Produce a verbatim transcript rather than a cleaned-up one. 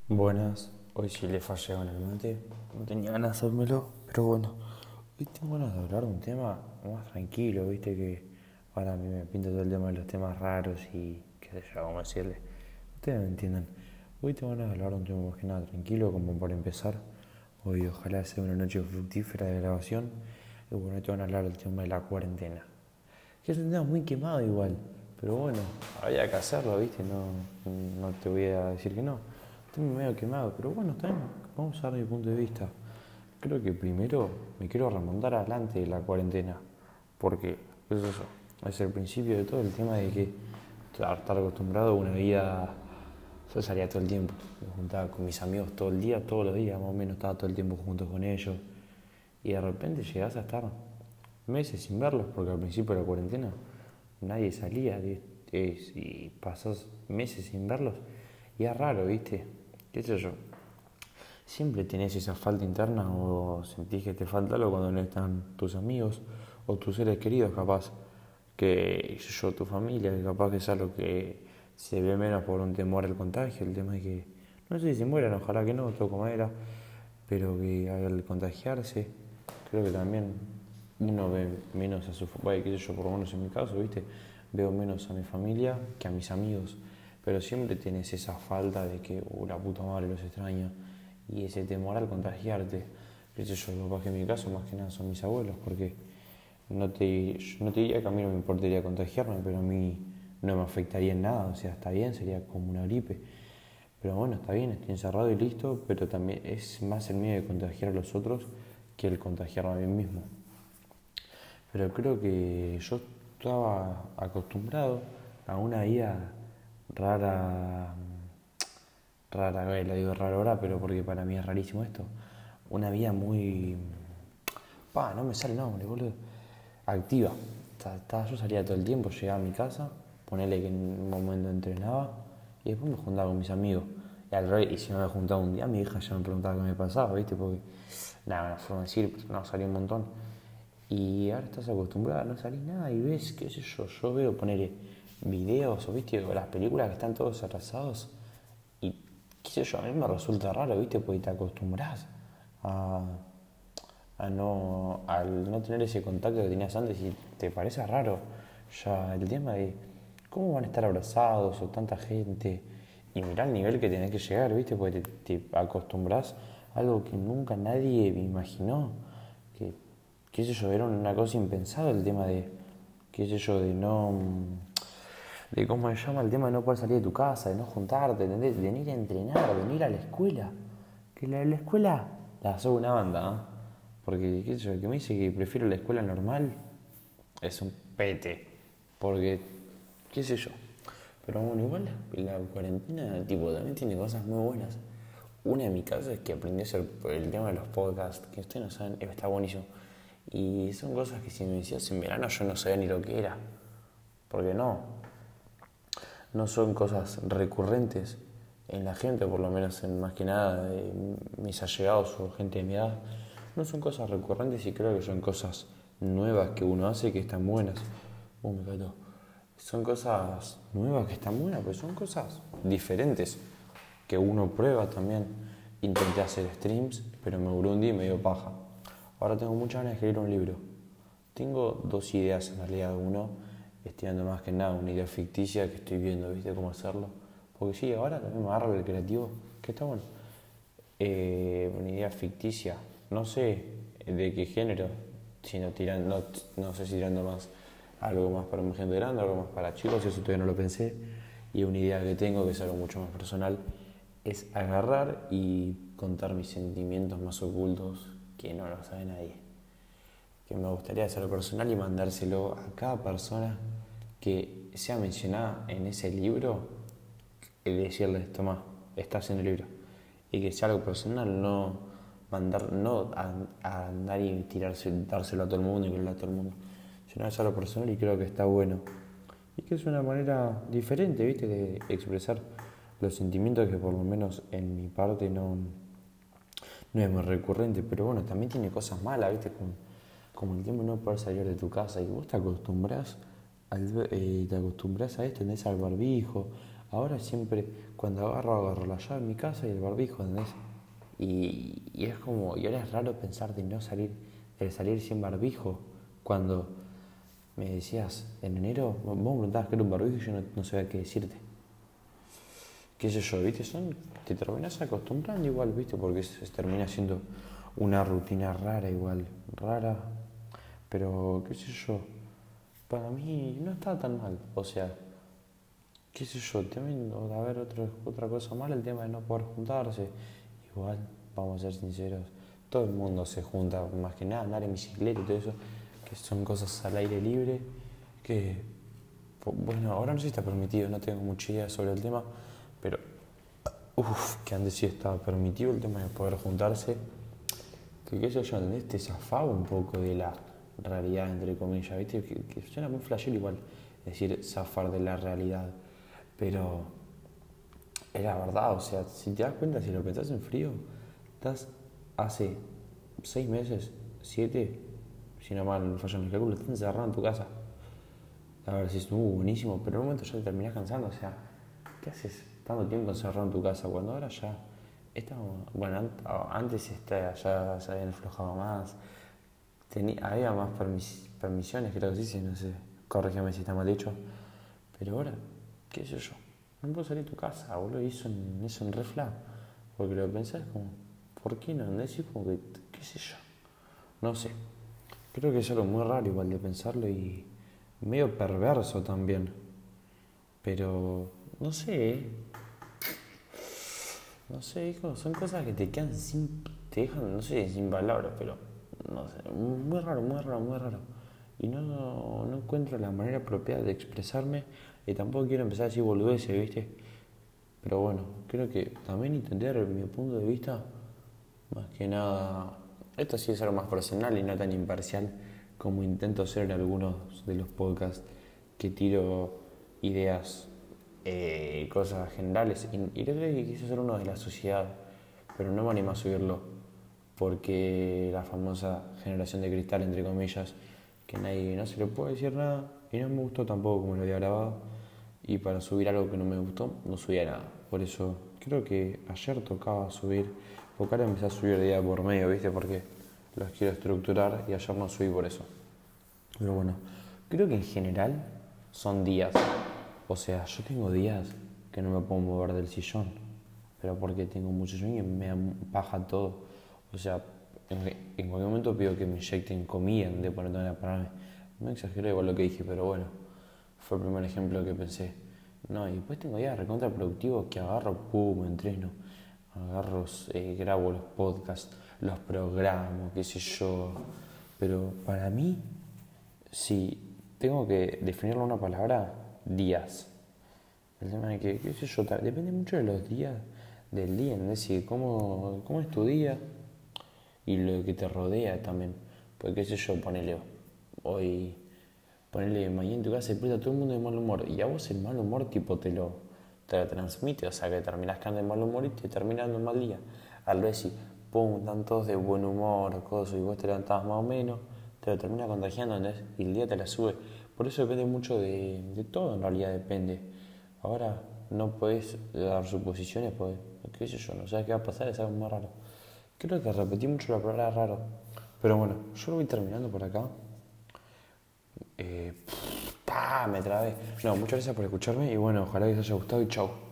Buenas, hoy sí le fallé con el mate, no tenía ganas de hacérmelo, pero bueno, hoy tengo ganas de hablar de un tema más tranquilo, viste que ahora a mí me pinta todo el tema de los temas raros y qué sé yo, cómo decirle, ustedes me entienden. Hoy tengo ganas de hablar de un tema más que nada tranquilo, como por empezar, hoy ojalá sea una noche fructífera de grabación, y bueno, hoy tengo ganas de hablar del tema de la cuarentena, que es un tema muy quemado igual, pero bueno, había que hacerlo, viste, no, no te voy a decir que no. Estoy medio quemado, pero bueno, está bien. Vamos a dar mi punto de vista. Creo que primero me quiero remontar adelante de la cuarentena. Porque, qué sé yo, es el principio de todo el tema de que estar acostumbrado a una vida. Yo salía todo el tiempo, me juntaba con mis amigos todo el día, todos los días, más o menos estaba todo el tiempo juntos con ellos. Y de repente llegás a estar meses sin verlos, porque al principio de la cuarentena nadie salía, y pasás meses sin verlos. Y es raro, ¿viste? ¿Qué sé yo? Siempre tenés esa falta interna o sentís que te falta algo cuando no están tus amigos o tus seres queridos, capaz que yo, tu familia, que capaz que es algo que se ve menos por un temor al contagio, el tema de que, no sé si se mueran, ojalá que no, toco madera, pero que al contagiarse, creo que también uno ve menos a su familia, qué sé yo, por lo menos en mi caso, ¿viste? Veo menos a mi familia que a mis amigos, pero siempre tienes esa falta de que, uh, la puta madre, los extraño, y ese temor al contagiarte, qué sé yo, capaz que en mi caso más que nada son mis abuelos, porque no te, no te diría que a mí no me importaría contagiarme, pero a mí no me afectaría en nada, o sea, está bien, sería como una gripe. Pero bueno, está bien, estoy encerrado y listo, pero también es más el miedo de contagiar a los otros que el contagiarme a mí mismo. Pero creo que yo estaba acostumbrado a una vida rara, rara, eh, la digo rara ahora, pero porque para mí es rarísimo esto. Una vida muy, pa, no me sale el nombre, boludo, activa. Yo salía todo el tiempo, llegaba a mi casa, ponele que en un momento entrenaba y después me juntaba con mis amigos. Y, al revés, y si no me juntaba un día, mi hija ya me preguntaba qué me pasaba, ¿viste? Porque, nada, una forma de decir, pero no, salí un montón. Y ahora estás acostumbrada a no salir nada y ves, qué sé yo, yo veo poner videos o, ¿viste? O las películas que están todos atrasados y, qué sé yo, a mí me resulta raro, ¿viste? Porque te acostumbras a a no, al no tener ese contacto que tenías antes y te parece raro ya el tema de cómo van a estar abrazados o tanta gente y mirá el nivel que tenés que llegar, ¿viste? Porque te, te acostumbras a algo que nunca nadie imaginó, que, qué sé yo, era una cosa impensada el tema de, qué sé yo, de no, de cómo se llama el tema de no poder salir de tu casa, de no juntarte, de venir a entrenar, de venir a la escuela, que la, la escuela la hace una banda, ¿eh? Porque, qué sé yo, el que me dice que prefiero la escuela normal es un pete. Porque, qué sé yo. Pero bueno, igual la cuarentena, tipo, también tiene cosas muy buenas. Una en mi caso es que aprendí a hacer el tema de los podcasts, que ustedes no saben, está buenísimo. Y son cosas que si me decías en verano yo no sabía ni lo que era. Porque no, no son cosas recurrentes en la gente, por lo menos en más que nada de mis allegados o gente de mi edad. No son cosas recurrentes y creo que son cosas nuevas que uno hace que están buenas. Oh, me cayó. Son cosas nuevas que están buenas, pero son cosas diferentes que uno prueba también. Intenté hacer streams, pero me duró un día y me dio paja. Ahora tengo muchas ganas de escribir un libro. Tengo dos ideas en realidad. Uno, estoy dando más que nada una idea ficticia que estoy viendo, ¿viste? Cómo hacerlo. Porque sí, ahora también me agarro el creativo, que está bueno. Eh, una idea ficticia, no sé de qué género, sino tirando, no, no sé si tirando más algo más para gente grande, algo más para chicos, eso todavía no lo pensé. Y una idea que tengo, que es algo mucho más personal, es agarrar y contar mis sentimientos más ocultos que no lo sabe nadie. Que me gustaría hacerlo personal y mandárselo a cada persona que sea mencionada en ese libro y decirles, toma, estás en el libro. Y que sea algo personal, no mandar, no a, a andar y tirarse, dárselo a todo el mundo y quererlo a todo el mundo. Sino es algo personal y creo que está bueno. Y que es una manera diferente, ¿viste? De expresar los sentimientos que por lo menos en mi parte no, no es muy recurrente. Pero bueno, también tiene cosas malas, ¿viste? Como, como el tiempo de no poder salir de tu casa y vos te acostumbras, al, eh, te acostumbras a esto, tenés al barbijo, Ahora siempre, cuando agarro, agarro la llave en mi casa y el barbijo, ¿entendés? Y, y es como, y ahora es raro pensar de no salir, de salir sin barbijo, cuando me decías en enero, vos me preguntabas qué era un barbijo y yo no, no sabía qué decirte. Qué sé yo, ¿viste? Son, te terminas acostumbrando igual, ¿viste? Porque se, se termina siendo una rutina rara igual, rara, pero qué sé yo, para mí no está tan mal, o sea, qué sé yo, también, a ver, otro, otra cosa mala, el tema de no poder juntarse, igual, vamos a ser sinceros, todo el mundo se junta, más que nada, andar en bicicleta y todo eso, que son cosas al aire libre, que, bueno, ahora no sé si está permitido, no tengo mucha idea sobre el tema, pero, uff, que antes sí estaba permitido el tema de poder juntarse, que qué sé yo, ¿entendés? Te zafaba un poco de la realidad, entre comillas, ¿viste? Que, que suena muy flashero igual decir zafar de la realidad, pero era verdad, o sea, si te das cuenta, si lo pensás en frío, estás hace seis meses, siete, si no mal fallan los cálculos, estás encerrado en tu casa. A ver si estuvo buenísimo, pero en un momento ya te terminás cansando, o sea, ¿qué haces tanto tiempo encerrado en tu casa cuando ahora ya estamos, bueno, antes este, ya se habían aflojado más, tenía, había más permis, permisiones, creo que sí, sí, no sé, corrígeme si está mal dicho, pero ahora, qué sé yo, no puedo salir de tu casa, boludo, y eso en, eso en refla, porque lo pensás como, ¿por qué no? Decís como que, qué sé yo, no sé, creo que es algo muy raro igual de pensarlo y medio perverso también, pero no sé, ¿eh? No sé, hijo, son cosas que te quedan sin, te dejan, no sé, sin palabras, pero no sé, muy raro, muy raro, muy raro. Y no, no encuentro la manera apropiada de expresarme y tampoco quiero empezar a decir boludeces, ¿viste? Pero bueno, creo que también intenté dar mi punto de vista, más que nada, esto sí es algo más personal y no tan imparcial como intento hacer en algunos de los podcasts que tiro ideas, eh, cosas generales. Y, y creo que quise hacer uno de la sociedad, pero no me animo a subirlo porque la famosa generación de cristal, entre comillas, que nadie, no se le puede decir nada y no me gustó tampoco como lo había grabado. Y para subir algo que no me gustó, no subía nada. Por eso creo que ayer tocaba subir, porque ahora empecé a subir de día por medio, ¿viste? Porque los quiero estructurar y ayer no subí por eso. Pero bueno, creo que en general son días. O sea, yo tengo días que no me puedo mover del sillón, pero porque tengo mucho sueño y me baja todo. O sea, en, en cualquier momento pido que me inyecten comida de poner a pararme. No exagero igual lo que dije, pero bueno, fue el primer ejemplo que pensé. No, y después tengo días recontraproductivos que agarro, pum, entreno, agarro, eh, grabo los podcasts, los programo, qué sé yo. Pero para mí, si tengo que definirlo en una palabra, días. El tema de que, qué sé yo, depende mucho de los días del día, es decir, cómo, cómo es tu día y lo que te rodea también. Porque qué sé yo, ponele hoy, ponele mañana en tu casa y todo el mundo de mal humor. Y a vos el mal humor tipo te lo, te lo transmite, o sea que terminás quedando de mal humor y te terminás dando un mal día. Al vez si, pum, están todos de buen humor, cosas, y vos te levantás más o menos, te lo termina contagiando, ¿entendés? Y el día te la sube. Por eso depende mucho de, de todo, en realidad depende. Ahora no podés dar suposiciones, pues, qué sé yo, no sabes qué va a pasar, es algo muy raro. Creo que repetí mucho la palabra raro. Pero bueno, yo lo voy terminando por acá. Eh, pff, me trabé. No, muchas gracias por escucharme y bueno, ojalá que les haya gustado y chau.